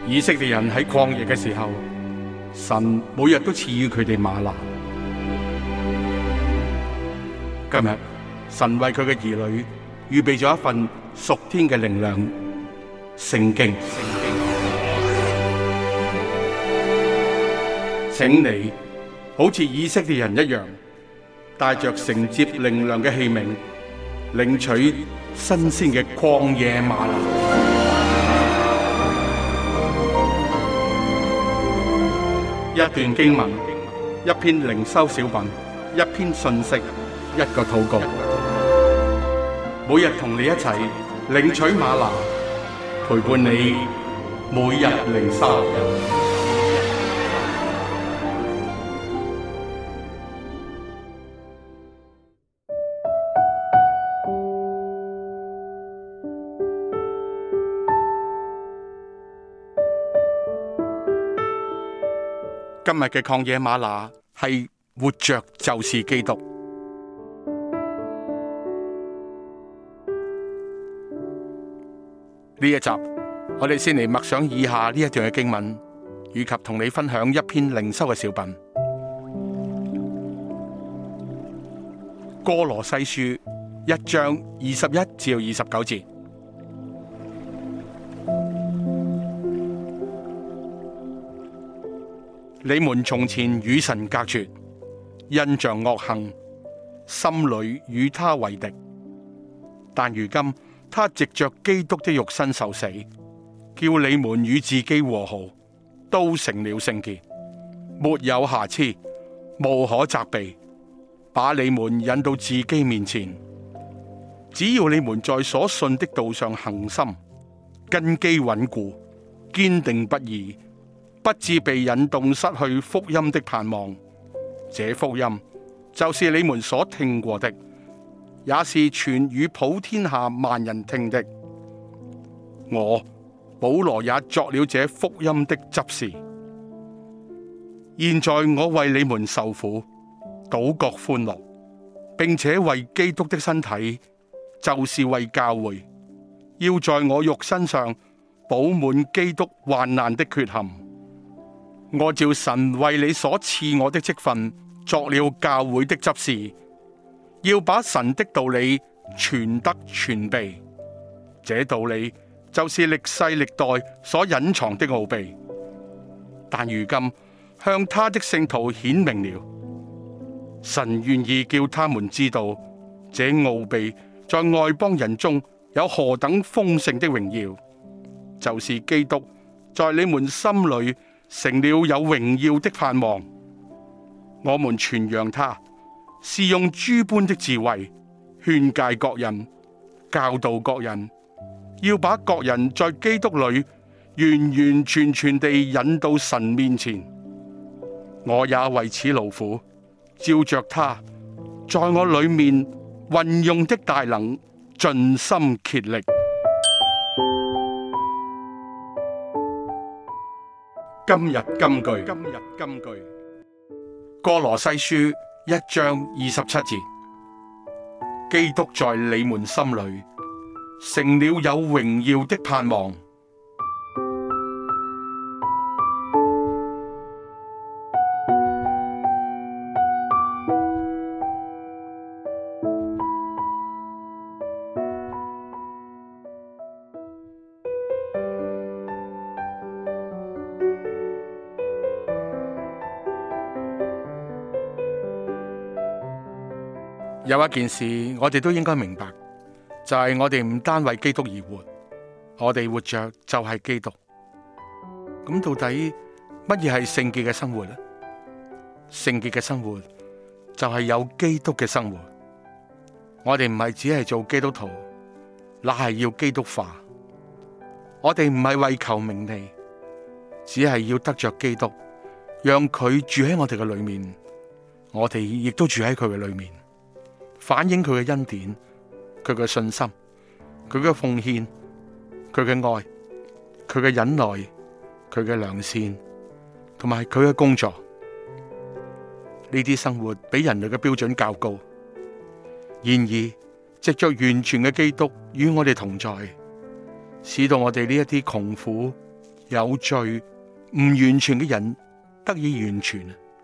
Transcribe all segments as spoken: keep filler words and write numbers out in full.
以色列人喺曠野嘅時候，神每日都賜予佢哋嗎哪。今日神為佢嘅兒女預備咗一份屬天嘅靈糧——聖經。請你好似以色列人一樣，帶着承接靈糧嘅器皿，領取新鮮嘅曠野嗎哪。一段經文，一篇靈修小品，一篇信息，一個禱告。每日同你一齊領取嗎哪，陪伴你每日靈修。今日嘅曠野嗎哪係活着就是基督。呢一集我哋先嚟默想以下呢一段嘅經文，以及同你分享一篇靈修嘅小品。歌羅西書一章二十一至二十九節。你們從前與神隔絕，因着惡行，心裏與他為敵。但如今他藉着基督的肉身受死，叫你們與自己和好，都成了聖潔，沒有瑕疵，無可責備，把你們引到自己面前。只要你們在所信的道上恒心，根基穩固，堅定不移，不致被引動失去福音的盼望。這福音就是你們所聽過的，也是傳與普天下萬人聽的。我保羅也作了這福音的執事。現在我為你們受苦，倒覺歡樂，並且為基督的身體，就是為教會，要在我肉身上補滿基督患難的缺陷。我照神為你所賜我的職分，作了教會的執事，要把神的道理傳得全備。這道理就是歷世歷代所隱藏的奧秘，但如今向他的聖徒顯明了。神願意叫他們知道，這奧秘在外邦人中有何等豐盛的榮耀，就是基督在你們心裏成了有榮耀的盼望。我們傳揚他，是用諸般的智慧，勸誡各人，教導各人，要把各人在基督裏完完全全地引到神面前。我也為此勞苦，照着他在我裏面運用的大能，盡心竭力。今日金句，今日金句，歌羅西書一章二十七節：基督在你們心裏成了有榮耀的盼望。有一件事我哋都應該明白，就係我哋唔單為基督而活，我哋活着就係基督。咁到底乜嘢係聖潔嘅生活呢？聖潔嘅生活就係有基督嘅生活。我哋唔係只係做基督徒，乃係要基督化。我哋唔係為求名利，只係要得着基督，讓佢住喺我哋嘅裏面，我哋亦都住喺佢嘅裏面。反映佢嘅恩典，佢嘅信心，佢嘅奉獻，佢嘅愛，佢嘅忍耐，佢嘅良善，同埋佢嘅工作。呢啲生活比人類嘅標準較高，然而藉着完全嘅基督與我哋同在，使到我哋呢一啲窮苦、 有罪、唔完全嘅人得以完全。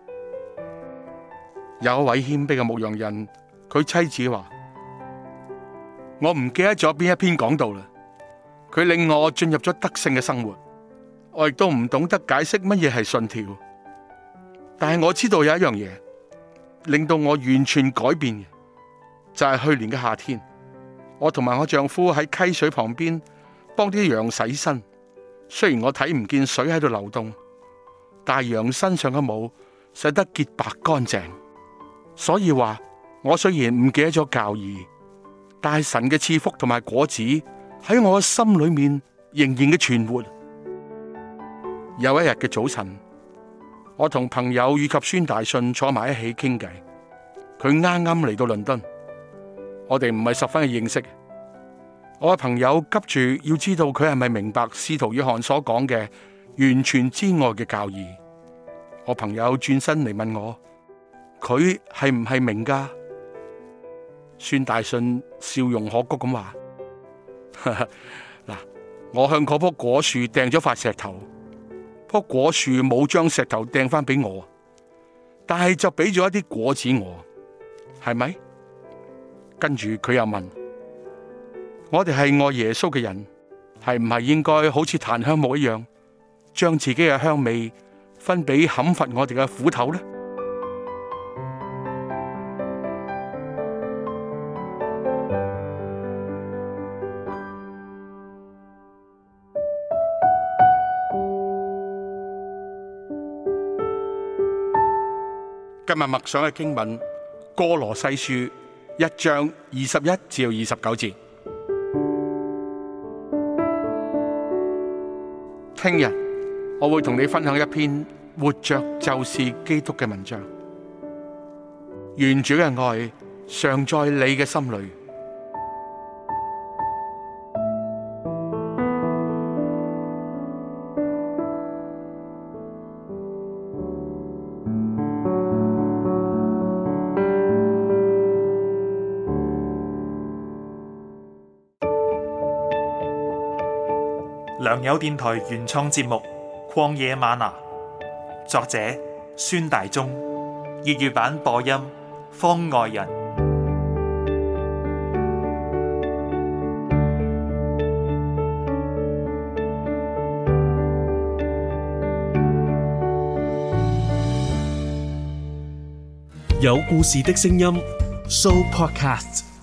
有一位謙卑嘅牧羊人，佢妻子話：我唔記得咗邊一篇講道啦。佢令我進入咗得勝嘅生活，我亦都唔懂得解釋乜嘢係信條。但係我知道有一樣嘢令到我完全改變嘅，就係去年嘅夏天，我同埋我丈夫喺溪水旁邊幫啲羊洗身。雖然我睇唔見水喺度流動，但係羊身上嘅毛洗得潔白乾淨。所以話我雖然唔記得咗教義，但係神嘅賜福同埋果子喺我嘅心裏面仍然嘅存活。有一日嘅早晨，我同朋友以及孫大信坐埋一起傾偈。佢啱啱嚟到倫敦，我哋唔係十分嘅認識。我嘅朋友急住要知道佢係咪明白使徒約翰所講嘅完全之愛嘅教義。我朋友轉身嚟問我，佢係唔係明㗎？孫大信笑容可掬咁話：嗱，我向嗰棵果樹掟咗塊石頭，棵果樹冇將石頭掟翻俾我，但係就俾咗一啲果子我，係咪？跟住佢又問：我哋係愛耶穌嘅人，係唔係應該好似檀香木一樣，將自己嘅香味分俾砍伐我哋嘅斧頭呢？今日默想嘅經文，歌羅西書一章二十一至二十九節。聽日我會同你分享一篇活着就是基督嘅文章。願主嘅愛常在你嘅心裏。 良友電台原創節目《曠野嗎哪》，作者孫大中，粵語版播音方外人， 有故事的聲音 Show Podcast。